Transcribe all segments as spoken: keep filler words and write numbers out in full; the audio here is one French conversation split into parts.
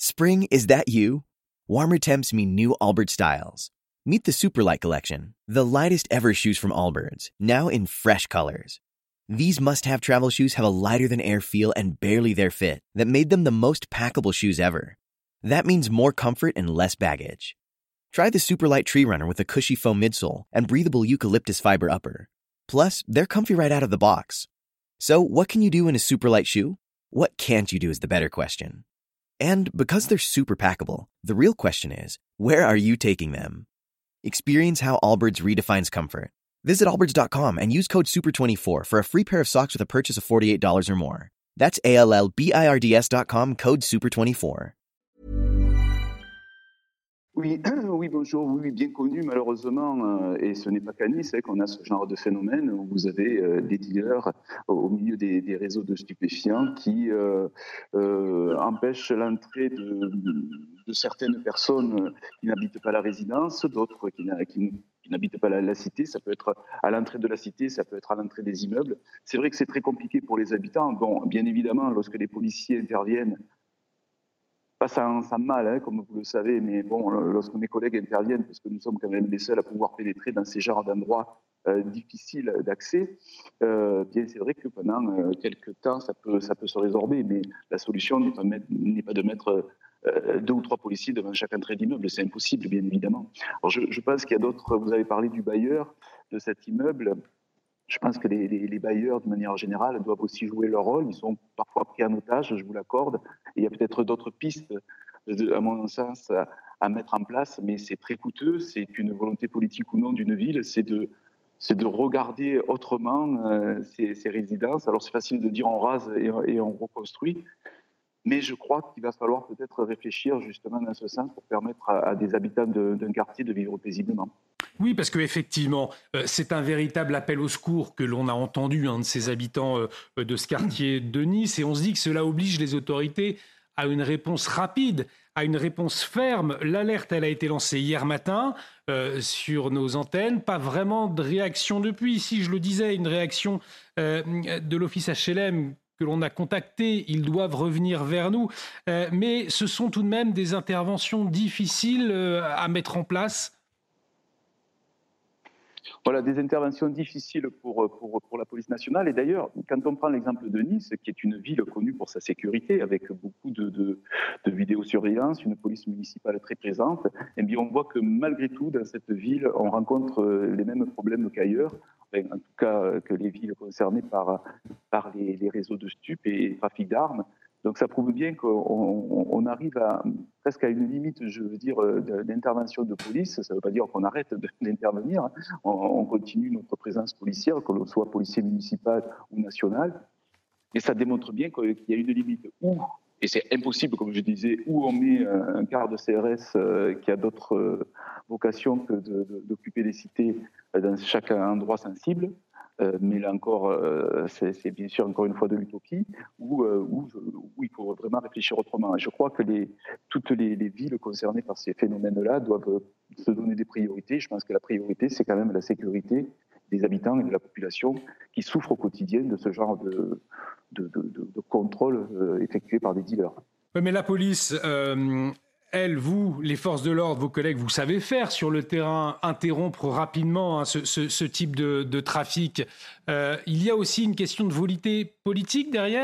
Spring, is that you? Warmer temps mean new Allbirds styles. Meet the Superlight Collection, the lightest ever shoes from Allbirds, now in fresh colors. These must-have travel shoes have a lighter-than-air feel and barely their fit that made them the most packable shoes ever. That means more comfort and less baggage. Try the Superlight Tree Runner with a cushy foam midsole and breathable eucalyptus fiber upper. Plus, they're comfy right out of the box. So, what can you do in a Superlight shoe? What can't you do is the better question. And because they're super packable, the real question is, where are you taking them? Experience how Allbirds redefines comfort. Visit allbirds dot com and use code super twenty-four for a free pair of socks with a purchase of forty-eight dollars or more. That's A L L B I R D S dot com, code super twenty-four. Oui, oui, bonjour, oui, bien connu malheureusement, euh, et ce n'est pas qu'à Nice hein, qu'on a ce genre de phénomène où vous avez euh, des dealers au milieu des, des réseaux de stupéfiants qui euh, euh, empêchent l'entrée de, de certaines personnes qui n'habitent pas la résidence, d'autres qui, n'a- qui, qui n'habitent pas la, la cité. Ça peut être à l'entrée de la cité, ça peut être à l'entrée des immeubles. C'est vrai que c'est très compliqué pour les habitants. Bon, bien évidemment, lorsque les policiers interviennent, pas sans, sans mal, hein, comme vous le savez, mais bon, lorsque mes collègues interviennent, parce que nous sommes quand même les seuls à pouvoir pénétrer dans ces genres d'endroits euh, difficiles d'accès, euh, bien c'est vrai que pendant euh, quelques temps, ça peut, ça peut se résorber, mais la solution n'est pas, mettre- n'est pas de mettre euh, deux ou trois policiers devant chaque entrée d'immeuble, c'est impossible, bien évidemment. Alors je, je pense qu'il y a d'autres, vous avez parlé du bailleur de cet immeuble. Je pense que les, les- les bailleurs, de manière générale, doivent aussi jouer leur rôle. Ils sont parfois pris en otage, je vous l'accorde. Et il y a peut-être d'autres pistes, de- à mon sens, à, à mettre en place, mais c'est très coûteux. C'est une volonté politique ou non d'une ville, c'est de, c'est de regarder autrement euh, ces, ces résidences. Alors c'est facile de dire on rase et, et on reconstruit, mais je crois qu'il va falloir peut-être réfléchir justement dans ce sens pour permettre à, à des habitants de- d'un quartier de vivre paisiblement. Oui, parce qu'effectivement, euh, c'est un véritable appel au secours que l'on a entendu hein, de ces habitants euh, de ce quartier de Nice. Et on se dit que cela oblige les autorités à une réponse rapide, à une réponse ferme. L'alerte, elle a été lancée hier matin euh, sur nos antennes. Pas vraiment de réaction depuis. Si je le disais, une réaction euh, de l'office H L M que l'on a contacté, ils doivent revenir vers nous. Euh, mais ce sont tout de même des interventions difficiles euh, à mettre en place. Voilà, des interventions difficiles pour, pour, pour la police nationale. Et d'ailleurs, quand on prend l'exemple de Nice, qui est une ville connue pour sa sécurité, avec beaucoup de, de, de vidéosurveillance, une police municipale très présente, eh bien, on voit que malgré tout, dans cette ville, on rencontre les mêmes problèmes qu'ailleurs, enfin, en tout cas que les villes concernées par, par les, les réseaux de stupes et trafic d'armes. Donc ça prouve bien qu'on on arrive à, presque à une limite, je veux dire, d'intervention de police. Ça ne veut pas dire qu'on arrête d'intervenir. On, on continue notre présence policière, que l'on soit policier municipal ou national. Et ça démontre bien qu'il y a une limite où, et c'est impossible, comme je disais, où on met un quart de C R S qui a d'autres vocations que de, de, d'occuper des cités dans chaque endroit sensible. Euh, mais là encore, euh, c'est, c'est bien sûr encore une fois de l'utopie, où, euh, où, où il faut vraiment réfléchir autrement. Et je crois que les, toutes les, les villes concernées par ces phénomènes-là doivent se donner des priorités. Je pense que la priorité, c'est quand même la sécurité des habitants et de la population qui souffrent au quotidien de ce genre de, de, de, de, de contrôle euh, effectué par des dealers. Oui, mais la police, euh, elle, vous, les forces de l'ordre, vos collègues, vous savez faire sur le terrain, interrompre rapidement hein, ce, ce, ce type de, de trafic. Euh, il y a aussi une question de volonté politique derrière ?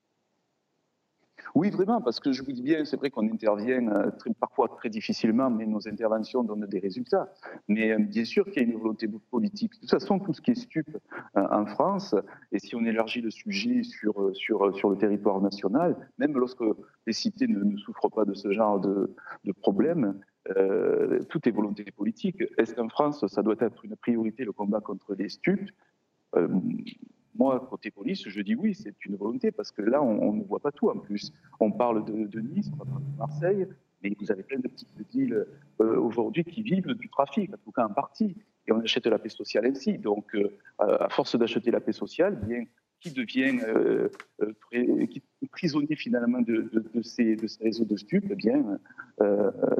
Oui, vraiment, parce que je vous dis bien, c'est vrai qu'on intervient euh, très, parfois très difficilement, mais nos interventions donnent des résultats. Mais euh, bien sûr qu'il y a une volonté politique. De toute façon, tout ce qui est stup euh, en France, et si on élargit le sujet sur, sur, sur le territoire national, même lorsque les cités ne, ne souffrent pas de ce genre de, de problème, euh, tout est volonté politique. Est-ce qu'en France, ça doit être une priorité, le combat contre les stupes ? euh, Moi, côté police, je dis oui, c'est une volonté, parce que là, on, on ne voit pas tout en plus. On parle de, de Nice, on parle de Marseille, mais vous avez plein de petites villes euh, aujourd'hui qui vivent du trafic, en tout cas en partie, et on achète la paix sociale ainsi. Donc, euh, à force d'acheter la paix sociale, bien, qui devient euh, euh, qui est prisonnier finalement de, de, de, ces, de ces réseaux de stupes, eh bien, euh,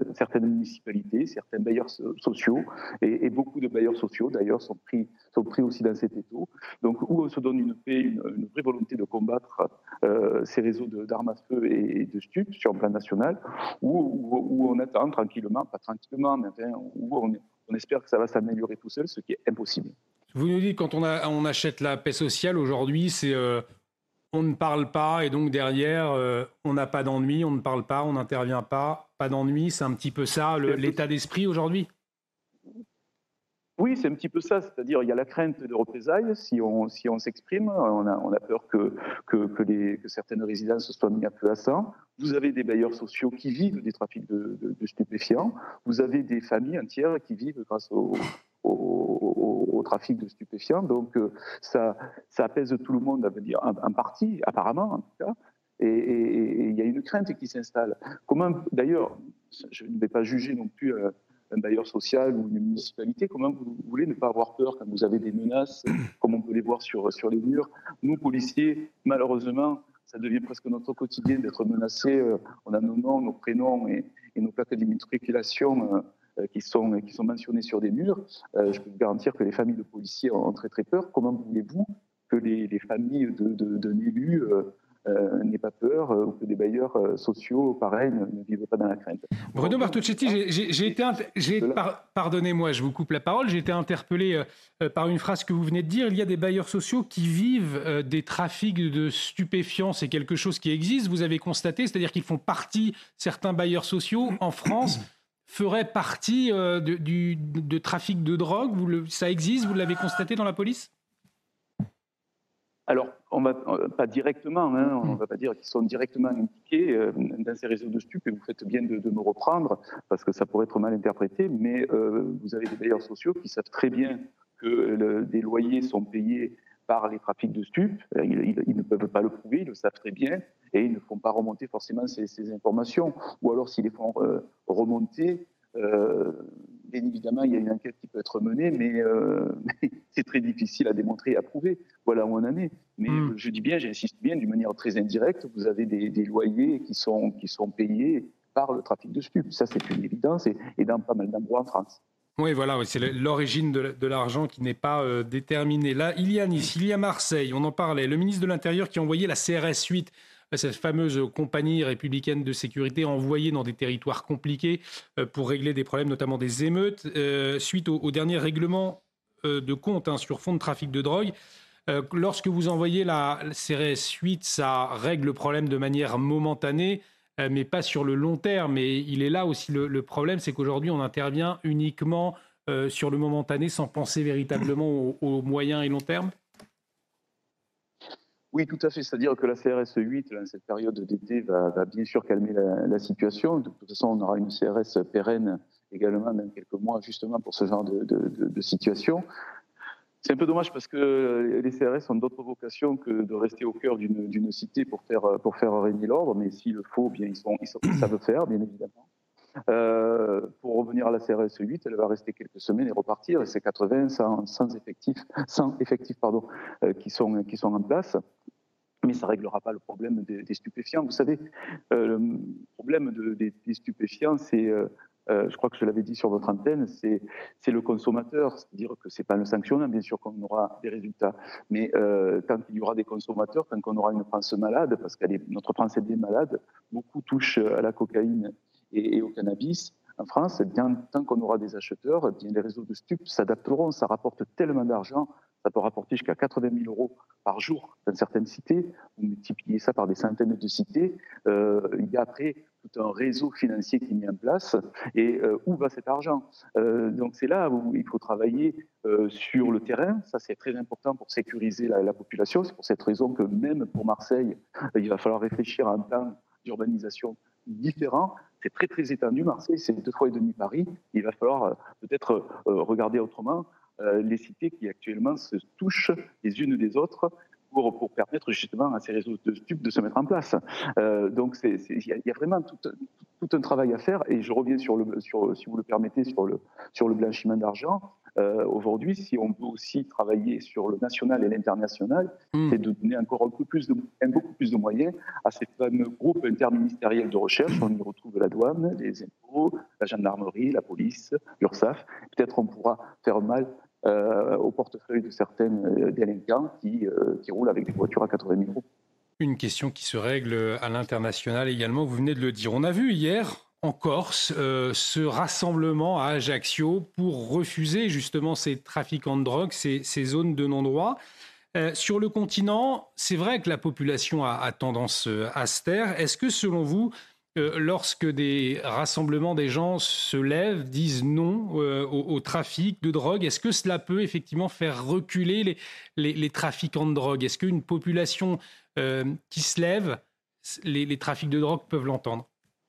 certaines municipalités, certains bailleurs sociaux, et, et beaucoup de bailleurs sociaux d'ailleurs sont pris, sont pris aussi dans cet étau. Donc où on se donne une paix, une, une vraie volonté de combattre euh, ces réseaux de, d'armes à feu et, et de stupes sur le plan national, où, où, où on attend tranquillement, pas tranquillement, mais enfin, où on, on espère que ça va s'améliorer tout seul, ce qui est impossible. Vous nous dites, quand on, a, on achète la paix sociale aujourd'hui, c'est euh, on ne parle pas et donc derrière, euh, on n'a pas d'ennui, on ne parle pas, on n'intervient pas, pas d'ennui. C'est un petit peu ça, le, l'état d'esprit aujourd'hui ? Oui, c'est un petit peu ça, c'est-à-dire il y a la crainte de représailles si on, si on s'exprime, on a, on a peur que, que, que, les, que certaines résidences soient mises à peu à sang. Vous avez des bailleurs sociaux qui vivent des trafics de, de, de stupéfiants, vous avez des familles entières qui vivent grâce au, au, au, au trafic de stupéfiants, donc ça, ça apaise tout le monde, à dire, en, en partie, apparemment en tout cas, et il y a une crainte qui s'installe. Comment, d'ailleurs, je ne vais pas juger non plus euh, un bailleur social ou une municipalité, comment vous voulez ne pas avoir peur quand vous avez des menaces, comme on peut les voir sur, sur les murs. Nous, policiers, malheureusement, ça devient presque notre quotidien d'être menacés. On a nos noms, nos prénoms et, et nos plaques d'immatriculation euh, qui, sont, qui sont mentionnées sur des murs. Euh, je peux vous garantir que les familles de policiers ont très très peur. Comment voulez-vous que les, les familles de, de, d'un élu euh, Euh, n'aient pas peur, euh, ou que des bailleurs euh, sociaux, pareil, ne, ne vivent pas dans la crainte. Bruno Martuccetti, j'ai, j'ai, j'ai été, inter- j'ai, par, pardonnez-moi, je vous coupe la parole, j'ai été interpellé euh, par une phrase que vous venez de dire. Il y a des bailleurs sociaux qui vivent euh, des trafics de stupéfiants. C'est quelque chose qui existe, vous avez constaté, c'est-à-dire qu'ils font partie, certains bailleurs sociaux en France feraient partie euh, de, du, de trafic de drogue. Vous le, ça existe, vous l'avez constaté dans la police ? Alors, on va, pas directement, hein, on ne va pas dire qu'ils sont directement impliqués euh, dans ces réseaux de stupes, et vous faites bien de, de me reprendre, parce que ça pourrait être mal interprété, mais euh, vous avez des bailleurs sociaux qui savent très bien que le, des loyers sont payés par les trafics de stupes, ils, ils, ils ne peuvent pas le prouver, ils le savent très bien, et ils ne font pas remonter forcément ces, ces informations, ou alors s'ils les font euh, remonter, euh, bien évidemment, il y a une enquête qui peut être menée, mais, euh, mais c'est très difficile à démontrer et à prouver. Voilà où on en est. Mais mmh. je dis bien, j'insiste bien, d'une manière très indirecte, vous avez des, des loyers qui sont, qui sont payés par le trafic de stupes. Ça, c'est une évidence, et, et dans pas mal d'endroits en France. Oui, voilà, c'est l'origine de, de l'argent qui n'est pas euh, déterminée. Là, il y a Nice, il y a Marseille, on en parlait. Le ministre de l'Intérieur qui a envoyé la C R S huit, cette fameuse compagnie républicaine de sécurité envoyée dans des territoires compliqués euh, pour régler des problèmes, notamment des émeutes, euh, suite au, au dernier règlement euh, de compte hein, sur fond de trafic de drogue. Euh, lorsque vous envoyez la C R S huit, ça règle le problème de manière momentanée, euh, mais pas sur le long terme. Et il est là aussi le, le problème, c'est qu'aujourd'hui, on intervient uniquement euh, sur le momentané sans penser véritablement au, au moyen et long terme. Oui, tout à fait. C'est-à-dire que la C R S huit, dans cette période d'été, va, va bien sûr calmer la, la situation. De toute façon, on aura une C R S pérenne également dans quelques mois, justement pour ce genre de, de, de, de situation. C'est un peu dommage parce que les C R S ont d'autres vocations que de rester au cœur d'une, d'une cité pour faire, pour faire régner l'ordre, mais s'il le faut, bien, ils, sont, ils, sont, ils savent faire, bien évidemment. Euh, pour revenir à la C R S huit, elle va rester quelques semaines et repartir, et c'est quatre-vingts sans, sans effectifs, sans effectifs pardon, euh, qui, sont, qui sont en place. Mais ça ne réglera pas le problème des, des stupéfiants. Vous savez, euh, le problème de, des, des stupéfiants, c'est, euh, euh, je crois que je l'avais dit sur votre antenne, c'est, c'est le consommateur. C'est-à-dire que ce n'est pas le sanctionnant, bien sûr qu'on aura des résultats. Mais euh, tant qu'il y aura des consommateurs, tant qu'on aura une France malade, parce que notre France est bien malade, beaucoup touchent à la cocaïne et, et au cannabis. En France, bien, tant qu'on aura des acheteurs, bien, les réseaux de stupes s'adapteront. Ça rapporte tellement d'argent. Ça peut rapporter jusqu'à quatre-vingt mille euros par jour dans certaines cités. Vous multipliez ça par des centaines de cités. Euh, il y a après tout un réseau financier qui est mis en place. Et euh, où va cet argent ? euh, Donc c'est là où il faut travailler euh, sur le terrain. Ça, c'est très important pour sécuriser la, la population. C'est pour cette raison que même pour Marseille, il va falloir réfléchir à un plan d'urbanisation différent. C'est très très étendu. Marseille, c'est deux fois et demi Paris. Il va falloir euh, peut-être euh, regarder autrement euh, les cités qui actuellement se touchent les unes des autres pour, pour permettre justement à ces réseaux de stupes de se mettre en place. Euh, donc il y, y a vraiment tout, tout un travail à faire, et je reviens sur le, sur, si vous le permettez, sur le, sur le blanchiment d'argent. Euh, aujourd'hui, si on peut aussi travailler sur le national et l'international, mmh. c'est de donner encore un peu plus de, un, beaucoup plus de moyens à ces fameux groupes interministériels de recherche. On y retrouve la douane, les impôts, la gendarmerie, la police, l'URSSAF. Peut-être on pourra faire mal euh, au portefeuille de certains délinquants qui, euh, qui roulent avec des voitures à quatre-vingt mille euros. Une question qui se règle à l'international également, vous venez de le dire. On a vu hier en Corse euh, ce rassemblement à Ajaccio pour refuser justement ces trafiquants de drogue, ces, ces zones de non-droit. Euh, sur le continent, c'est vrai que la population a, a tendance à se taire. Est-ce que selon vous, euh, lorsque des rassemblements des gens se lèvent, disent non euh, au, au trafic de drogue, est-ce que cela peut effectivement faire reculer les, les, les trafiquants de drogue ? Est-ce qu'une population Euh, qui se lèvent, les, les trafics de drogue peuvent l'entendre?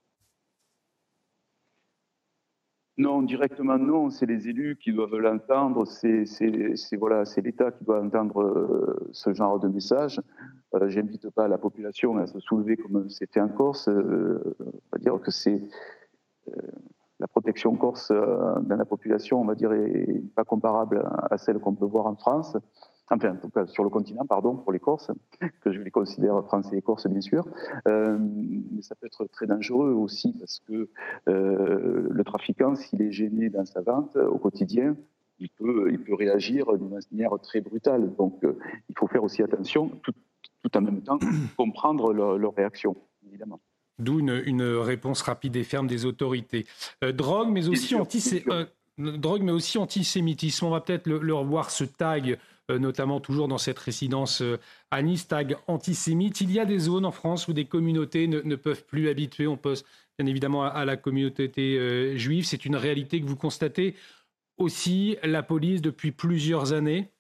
Non, directement non, c'est les élus qui doivent l'entendre, c'est, c'est, c'est, voilà, c'est l'État qui doit entendre euh, ce genre de message. Euh, j'invite pas la population à se soulever comme c'est fait en Corse. Euh, on va dire que c'est euh, la protection corse euh, dans la population, on va dire, est pas comparable à celle qu'on peut voir en France. Enfin, en tout cas, sur le continent, pardon, pour les Corses, que je les considère français et Corses, bien sûr. Euh, mais ça peut être très dangereux aussi, parce que euh, le trafiquant, s'il est gêné dans sa vente au quotidien, il peut, il peut réagir d'une manière très brutale. Donc, euh, il faut faire aussi attention, tout, tout en même temps, comprendre leur, leur réaction, évidemment. D'où une, une réponse rapide et ferme des autorités. Euh, drogue, mais aussi, anti- euh, drogue, mais aussi antisémitisme. On va peut-être le, le revoir, ce tag, euh, notamment toujours dans cette résidence euh, à Nice, tag antisémite. Il y a des zones en France où des communautés ne, ne peuvent plus habituer. On pense bien évidemment à, à la communauté euh, juive. C'est une réalité que vous constatez aussi, la police, depuis plusieurs années.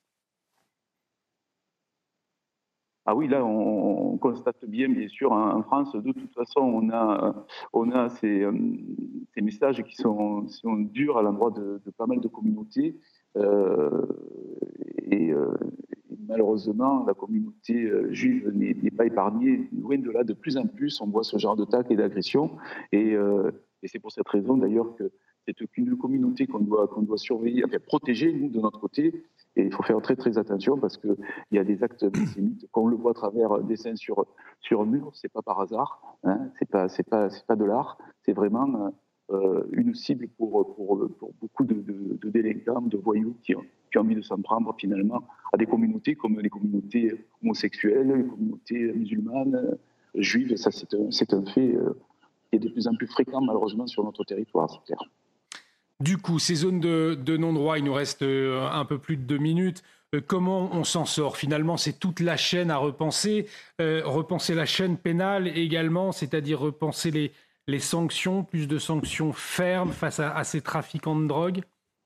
Ah oui, là, on, on constate bien, bien sûr, en France, de toute façon, on a, on a ces, ces messages qui sont, sont durs à l'endroit de, de pas mal de communautés. Euh, et, euh, et malheureusement, la communauté juive n'est, n'est pas épargnée. Loin de là, de plus en plus, on voit ce genre d'attaques et d'agressions. Et, euh, et c'est pour cette raison, d'ailleurs, que c'est une communauté qu'on doit, qu'on doit surveiller, enfin, protéger, nous, de notre côté. Et il faut faire très très attention parce qu'il y a des actes antisémites, qu'on le voit à travers un dessin sur, sur un mur, c'est pas par hasard, hein, c'est pas, c'est pas, c'est pas de l'art, c'est vraiment euh, une cible pour, pour, pour beaucoup de, de, de délinquants, de voyous qui ont, qui ont envie de s'en prendre finalement à des communautés comme les communautés homosexuelles, les communautés musulmanes, juives. Ça, c'est un, c'est un fait euh, qui est de plus en plus fréquent malheureusement sur notre territoire, c'est clair. Du coup, ces zones de, de non-droit, il nous reste un peu plus de deux minutes. Comment on s'en sort ? Finalement, c'est toute la chaîne à repenser. Euh, repenser la chaîne pénale également, c'est-à-dire repenser les, les sanctions, plus de sanctions fermes face à, à ces trafiquants de drogue.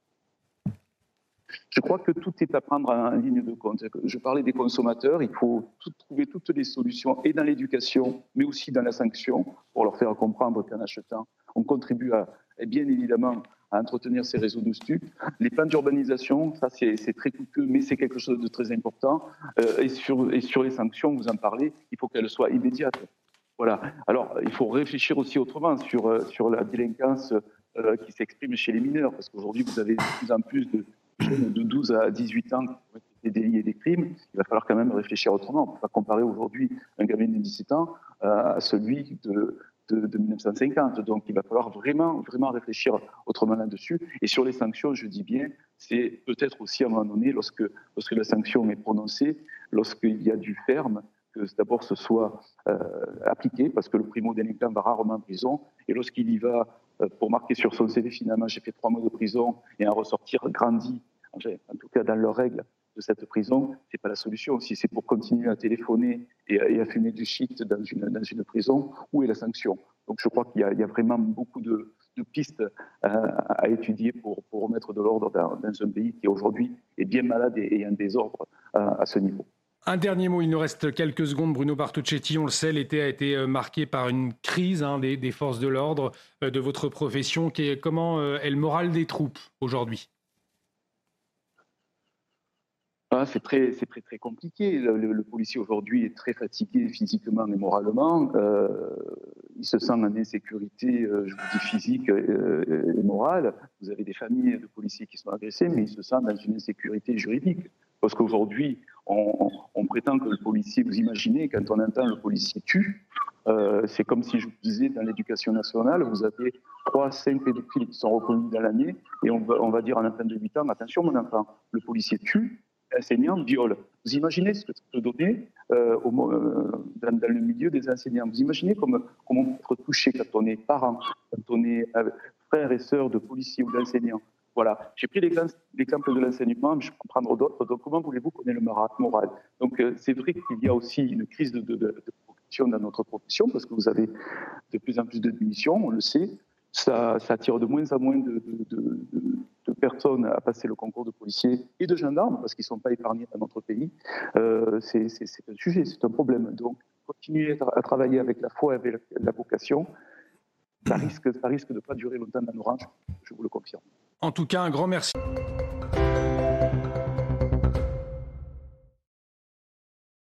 Je crois que tout est à prendre en ligne de compte. Je parlais des consommateurs, il faut tout, trouver toutes les solutions, et dans l'éducation, mais aussi dans la sanction, pour leur faire comprendre qu'en achetant, on contribue à, bien évidemment à entretenir ces réseaux de stupes. Les plans d'urbanisation, ça c'est, c'est très coûteux, mais c'est quelque chose de très important. Euh, et, sur, et sur les sanctions, vous en parlez, il faut qu'elles soient immédiates. Voilà. Alors, il faut réfléchir aussi autrement sur, sur la délinquance euh, qui s'exprime chez les mineurs, parce qu'aujourd'hui, vous avez de plus en plus de jeunes de douze à dix-huit ans qui ont des délits et des crimes. Il va falloir quand même réfléchir autrement. On ne peut pas comparer aujourd'hui un gamin de dix-sept ans à celui de... De, de dix-neuf cent cinquante. Donc, il va falloir vraiment, vraiment réfléchir autrement là-dessus. Et sur les sanctions, je dis bien, c'est peut-être aussi à un moment donné, lorsque, lorsque la sanction est prononcée, lorsqu'il y a du ferme, que d'abord ce soit euh, appliqué, parce que le primo-délinquant va rarement en prison, et lorsqu'il y va euh, pour marquer sur son C V, finalement, j'ai fait trois mois de prison, et en ressortir grandi, en tout cas dans leurs règles de cette prison, c'est pas la solution. Si c'est pour continuer à téléphoner et à, et à fumer du shit dans une, dans une prison, où est la sanction ? Donc je crois qu'il y a, il y a vraiment beaucoup de, de pistes à, à étudier pour, pour remettre de l'ordre dans, dans un pays qui aujourd'hui est bien malade et, et en désordre à, à ce niveau. Un dernier mot, il nous reste quelques secondes. Bruno Bartocchetti, on le sait, l'été a été marqué par une crise hein, des, des forces de l'ordre de votre profession. Qui est, comment est le moral des troupes aujourd'hui ? Ah, c'est très, c'est très, très compliqué. Le, le- le policier aujourd'hui est très fatigué physiquement et moralement. Euh, il se sent en insécurité, euh, je vous dis physique euh, et morale. Vous avez des familles de policiers qui sont agressés, mais il se sent dans une insécurité juridique. Parce qu'aujourd'hui, on, on- on prétend que le policier, vous imaginez, quand on entend le policier tue, euh, c'est comme si je vous disais, dans l'éducation nationale, vous avez trois, cinq pédophiles qui sont reconnus dans l'année, et on va, on va dire à un enfant de huit ans, attention mon enfant, le policier tue, enseignant viole. Vous imaginez ce que ça peut donner euh, au, euh, dans, dans le milieu des enseignants. Vous imaginez comment, comment on peut être touché quand on est parent, quand on est euh, frère et sœur de policiers ou d'enseignants. Voilà, j'ai pris l'exemple de l'enseignement, mais je peux prendre d'autres. Donc, comment voulez-vous qu'on ait le moral? Donc, euh, c'est vrai qu'il y a aussi une crise de, de, de profession dans notre profession, parce que vous avez de plus en plus de démissions, on le sait. Ça, ça attire de moins en moins de, de, de, de personnes à passer le concours de policiers et de gendarmes, parce qu'ils ne sont pas épargnés dans notre pays. Euh, c'est, c'est, c'est un sujet, c'est un problème. Donc, continuer à travailler avec la foi et avec la vocation, ça risque, ça risque de ne pas durer longtemps dans nos rangs, je vous le confirme. En tout cas, un grand merci.